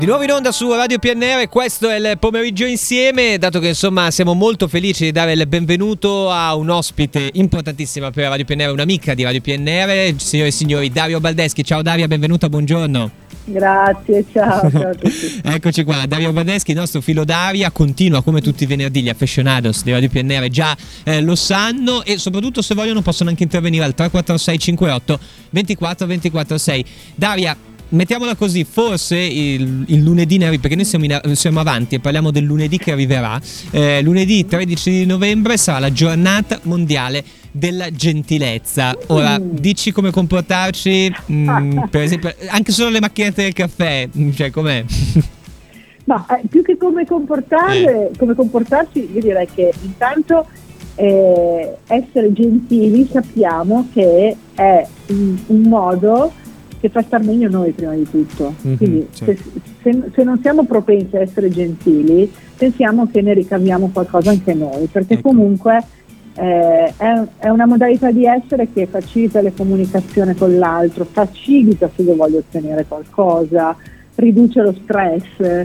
Di nuovo in onda su Radio PNR, questo è il pomeriggio insieme, dato che insomma siamo molto felici di dare il benvenuto a un ospite importantissima per Radio PNR, un'amica di Radio PNR, signore e signori, Daria Baldeschi. Ciao Daria, benvenuta, buongiorno. Grazie, ciao a tutti. Eccoci qua, Dario Baldeschi, il nostro filo d'aria, continua come tutti i venerdì, gli aficionados di Radio PNR già lo sanno, e soprattutto se vogliono possono anche intervenire al 346 58 24 24 6. Daria, mettiamola così, forse il lunedì, perché noi siamo avanti e parliamo del lunedì che arriverà, lunedì 13 novembre sarà la giornata mondiale della gentilezza. Ora, dici come comportarci, per esempio, anche solo le macchinette del caffè, cioè com'è? Ma più che come comportarsi, io direi che intanto essere gentili sappiamo che è un modo che fa star meglio noi prima di tutto. Quindi certo. se non siamo propensi a essere gentili, pensiamo che ne ricaviamo qualcosa anche noi, perché comunque è una modalità di essere che facilita la comunicazione con l'altro, facilita se io voglio ottenere qualcosa, riduce lo stress,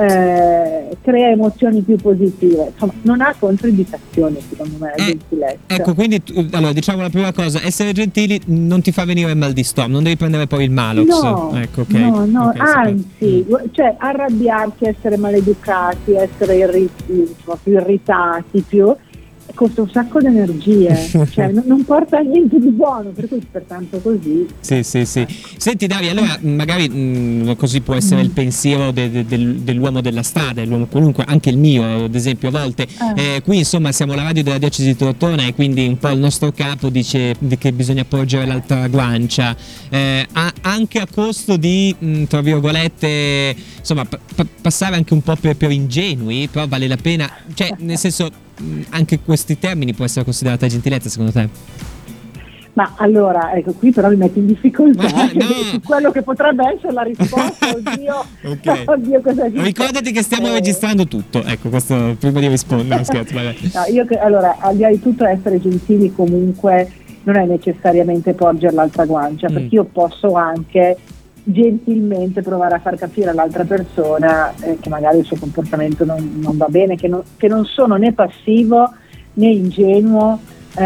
crea emozioni più positive, insomma non ha controindicazioni secondo me la gentilezza. Ecco, quindi allora diciamo la prima cosa, essere gentili non ti fa venire il mal di stomaco, non devi prendere poi il Malox. No, ecco, okay. no, okay, anzi, cioè arrabbiarsi, essere maleducati, essere più irritati, costa un sacco di energie, cioè non porta a niente di buono, per cui pertanto così. Sì. Senti Daria, allora magari così può essere il pensiero dell'uomo della strada, dell'uomo comunque, anche il mio ad esempio a volte. Qui insomma siamo la radio della diocesi di Tortona e quindi un po' il nostro capo dice che bisogna porgere l'altra guancia, anche a costo di, tra virgolette, insomma passare anche un po' per ingenui, però vale la pena, cioè nel senso, anche questi termini può essere considerata gentilezza secondo te? Ma allora, ecco, qui però mi metti in difficoltà su quello che potrebbe essere la risposta. Oddio, okay. Oddio, cosa dico? Ricordati che stiamo registrando tutto, ecco, questo prima di rispondere. Scherzo, allora, al di là di tutto, essere gentili comunque non è necessariamente porgere l'altra guancia, perché io posso anche gentilmente provare a far capire all'altra persona che magari il suo comportamento non va bene, che non sono né passivo né ingenuo,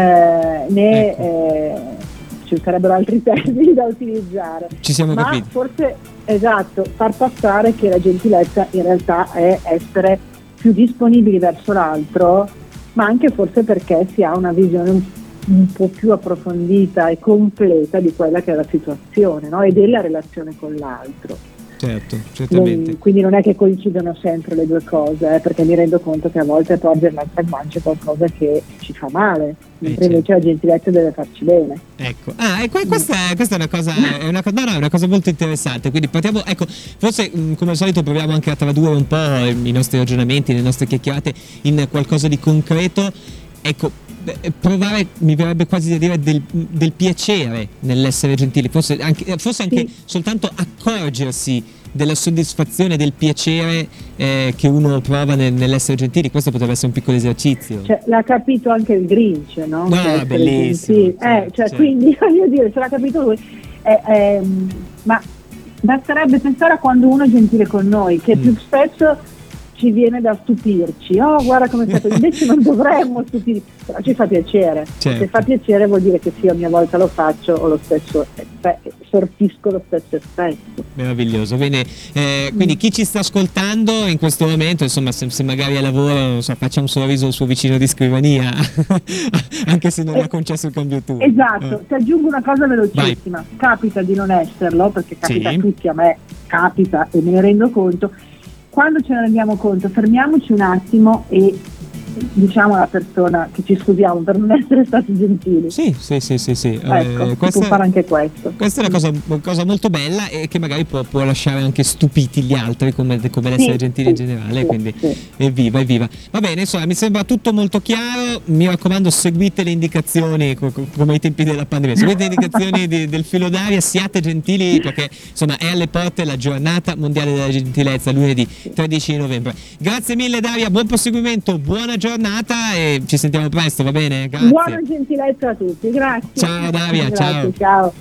né ci sarebbero altri termini da utilizzare. Ci siamo capiti. Forse, esatto, far passare che la gentilezza in realtà è essere più disponibili verso l'altro, ma anche forse perché si ha una visione un po' più approfondita e completa di quella che è la situazione, no? E della relazione con l'altro. Certo, certamente. Quindi non è che coincidono sempre le due cose, perché mi rendo conto che a volte porgere l'altra guancia è qualcosa che ci fa male, mentre invece la gentilezza deve farci bene. Ecco, questa è una cosa molto interessante. Quindi partiamo, ecco, forse come al solito proviamo anche a tradurre un po' i nostri ragionamenti, le nostre chiacchierate in qualcosa di concreto. Ecco, provare, mi verrebbe quasi da dire, del piacere nell'essere gentili, forse anche soltanto accorgersi della soddisfazione, del piacere che uno prova nell'essere gentili. Questo potrebbe essere un piccolo esercizio. Cioè, l'ha capito anche il Grinch, no? No, bellissimo. Certo. Quindi voglio dire, se l'ha capito lui, ma basterebbe pensare a quando uno è gentile con noi, che più spesso ci viene da stupirci, guarda come è stato, invece non dovremmo stupirci, però ci fa piacere. Certo. Se fa piacere vuol dire che sì, a mia volta lo faccio, o lo stesso sortisco lo stesso effetto. Meraviglioso. Bene, quindi chi ci sta ascoltando in questo momento, insomma, se magari a lavoro, non so, faccia un sorriso al suo vicino di scrivania anche se non ha concesso il cambio turno. Esatto. Ti aggiungo una cosa velocissima. Vai. Capita di non esserlo, perché capita a tutti, a me capita e me ne rendo conto. Quando ce ne rendiamo conto, fermiamoci un attimo e diciamo alla persona che ci scusiamo per non essere stati gentili. Sì. Ecco, può fare anche questo. Questa è una cosa molto bella e che magari può lasciare anche stupiti gli altri, come l'essere gentili in generale, quindi evviva. Va bene, insomma, mi sembra tutto molto chiaro. Mi raccomando, seguite le indicazioni come ai tempi della pandemia, seguite le indicazioni del filo d'aria, siate gentili, perché insomma è alle porte la giornata mondiale della gentilezza, lunedì 13 novembre. Grazie mille Daria, buon proseguimento, buona giornata e ci sentiamo presto, va bene? Grazie. Buona gentilezza a tutti, grazie. Ciao Daria, ciao.